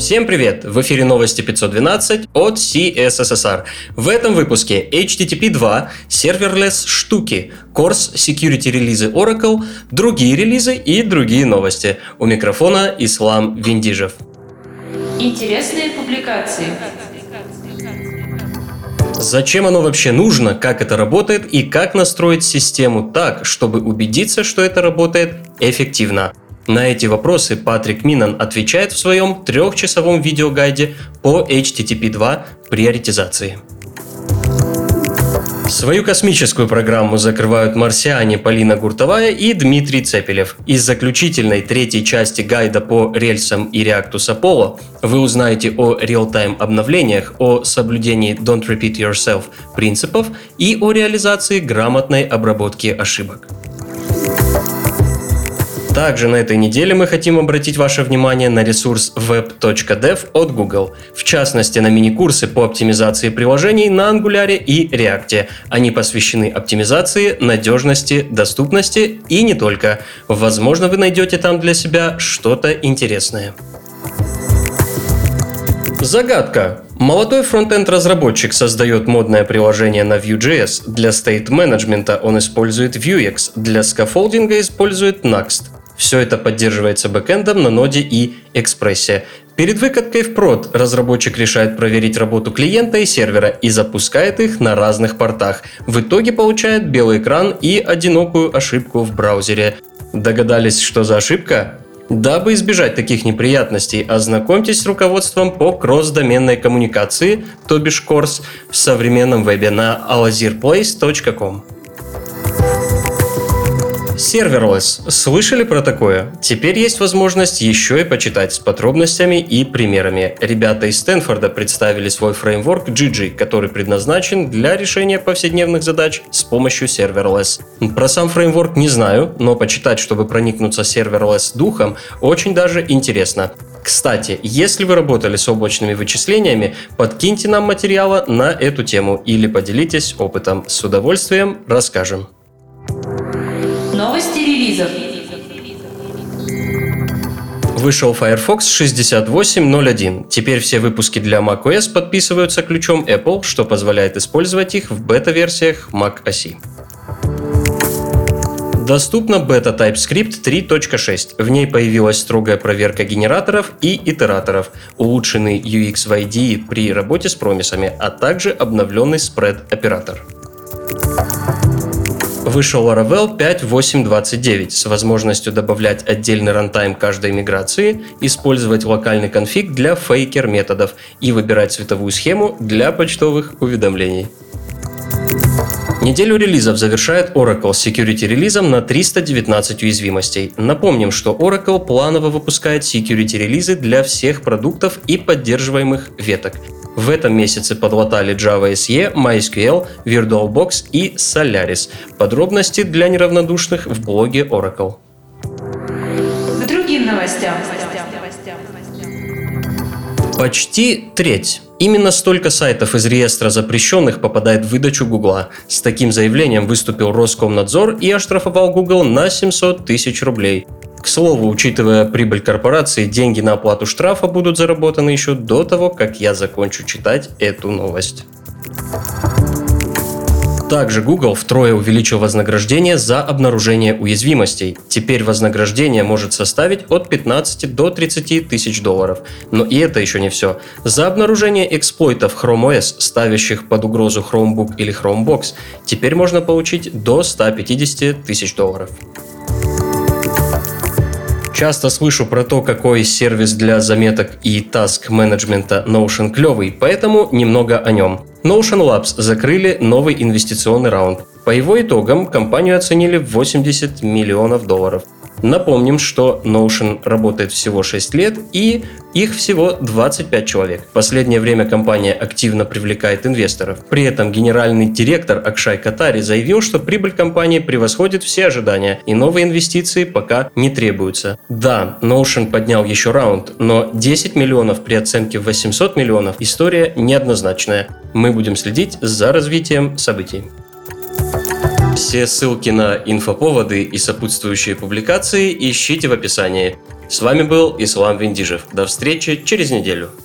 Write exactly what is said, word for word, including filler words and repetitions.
Всем привет! В эфире новости пятьсот двенадцать от си эс эс эс ар. В этом выпуске эйч ти ти пи два, серверлесс штуки, Core Security релизы Oracle, другие релизы и другие новости. У микрофона Ислам Виндижев. Интересные публикации. Зачем оно вообще нужно, как это работает и как настроить систему так, чтобы убедиться, что это работает эффективно? На эти вопросы Патрик Минан отвечает в своем трехчасовом видеогайде по эйч ти ти пи два приоритизации. Свою космическую программу закрывают марсиане Полина Гуртовая и Дмитрий Цепелев. Из заключительной третьей части гайда по рельсам и реактус Apollo вы узнаете о реал-тайм обновлениях, о соблюдении Don't Repeat Yourself принципов и о реализации грамотной обработки ошибок. Также на этой неделе мы хотим обратить ваше внимание на ресурс веб точка дев от Google, в частности на мини-курсы по оптимизации приложений на Angular и React. Они посвящены оптимизации, надежности, доступности и не только. Возможно, вы найдете там для себя что-то интересное. Загадка. Молодой фронтенд-разработчик создает модное приложение на Vue.js, для стейт-менеджмента он использует Vuex, для скаффолдинга использует Nuxt. Все это поддерживается бэкэндом на ноде и экспрессе. Перед выкаткой в прод разработчик решает проверить работу клиента и сервера и запускает их на разных портах. В итоге получает белый экран и одинокую ошибку в браузере. Догадались, что за ошибка? Дабы избежать таких неприятностей, ознакомьтесь с руководством по кросс-доменной коммуникации, то бишь Course, в современном вебе на alazirplace точка ком. Serverless. Слышали про такое? Теперь есть возможность еще и почитать с подробностями и примерами. Ребята из Стэнфорда представили свой фреймворк джи джи, который предназначен для решения повседневных задач с помощью Serverless. Про сам фреймворк не знаю, но почитать, чтобы проникнуться Serverless духом, очень даже интересно. Кстати, если вы работали с облачными вычислениями, подкиньте нам материала на эту тему или поделитесь опытом. С удовольствием расскажем. Новости релизов. Вышел Firefox шестьдесят восемь ноль один. Теперь все выпуски для macOS подписываются ключом Apple, что позволяет использовать их в бета-версиях macOS. Доступна бета TypeScript три точка шесть. В ней появилась строгая проверка генераторов и итераторов, улучшенный ю экс в ай ди и при работе с промисами, а также обновленный спред-оператор. Вышел Laravel пять точка восемь точка двадцать девять с возможностью добавлять отдельный рантайм каждой миграции, использовать локальный конфиг для фейкер методов и выбирать цветовую схему для почтовых уведомлений. Неделю релизов завершает Oracle с security релизом на триста девятнадцать уязвимостей. Напомним, что Oracle планово выпускает security релизы для всех продуктов и поддерживаемых веток. В этом месяце подлатали Java эс и, MySQL, VirtualBox и Solaris. Подробности для неравнодушных в блоге Oracle. К другим новостям. Почти треть. Именно столько сайтов из реестра запрещенных попадает в выдачу Гугла. С таким заявлением выступил Роскомнадзор и оштрафовал Google на семьсот тысяч рублей. К слову, учитывая прибыль корпорации, деньги на оплату штрафа будут заработаны еще до того, как я закончу читать эту новость. Также Google втрое увеличил вознаграждение за обнаружение уязвимостей. Теперь вознаграждение может составить от пятнадцати до тридцати тысяч долларов. Но и это еще не все. За обнаружение эксплойтов Chrome о эс, ставящих под угрозу Chromebook или Chromebox, теперь можно получить до ста пятидесяти тысяч долларов. Часто слышу про то, какой сервис для заметок и таск-менеджмента Notion клевый, поэтому немного о нем. Notion Labs закрыли новый инвестиционный раунд. По его итогам компанию оценили в восемьдесят миллионов долларов. Напомним, что Notion работает всего шесть лет и их всего двадцать пять человек. В последнее время компания активно привлекает инвесторов. При этом генеральный директор Акшай Катари заявил, что прибыль компании превосходит все ожидания и новые инвестиции пока не требуются. Да, Notion поднял еще раунд, но десять миллионов при оценке в восемьсот миллионов история неоднозначная. Мы будем следить за развитием событий. Все ссылки на инфоповоды и сопутствующие публикации ищите в описании. С вами был Ислам Виндижев. До встречи через неделю.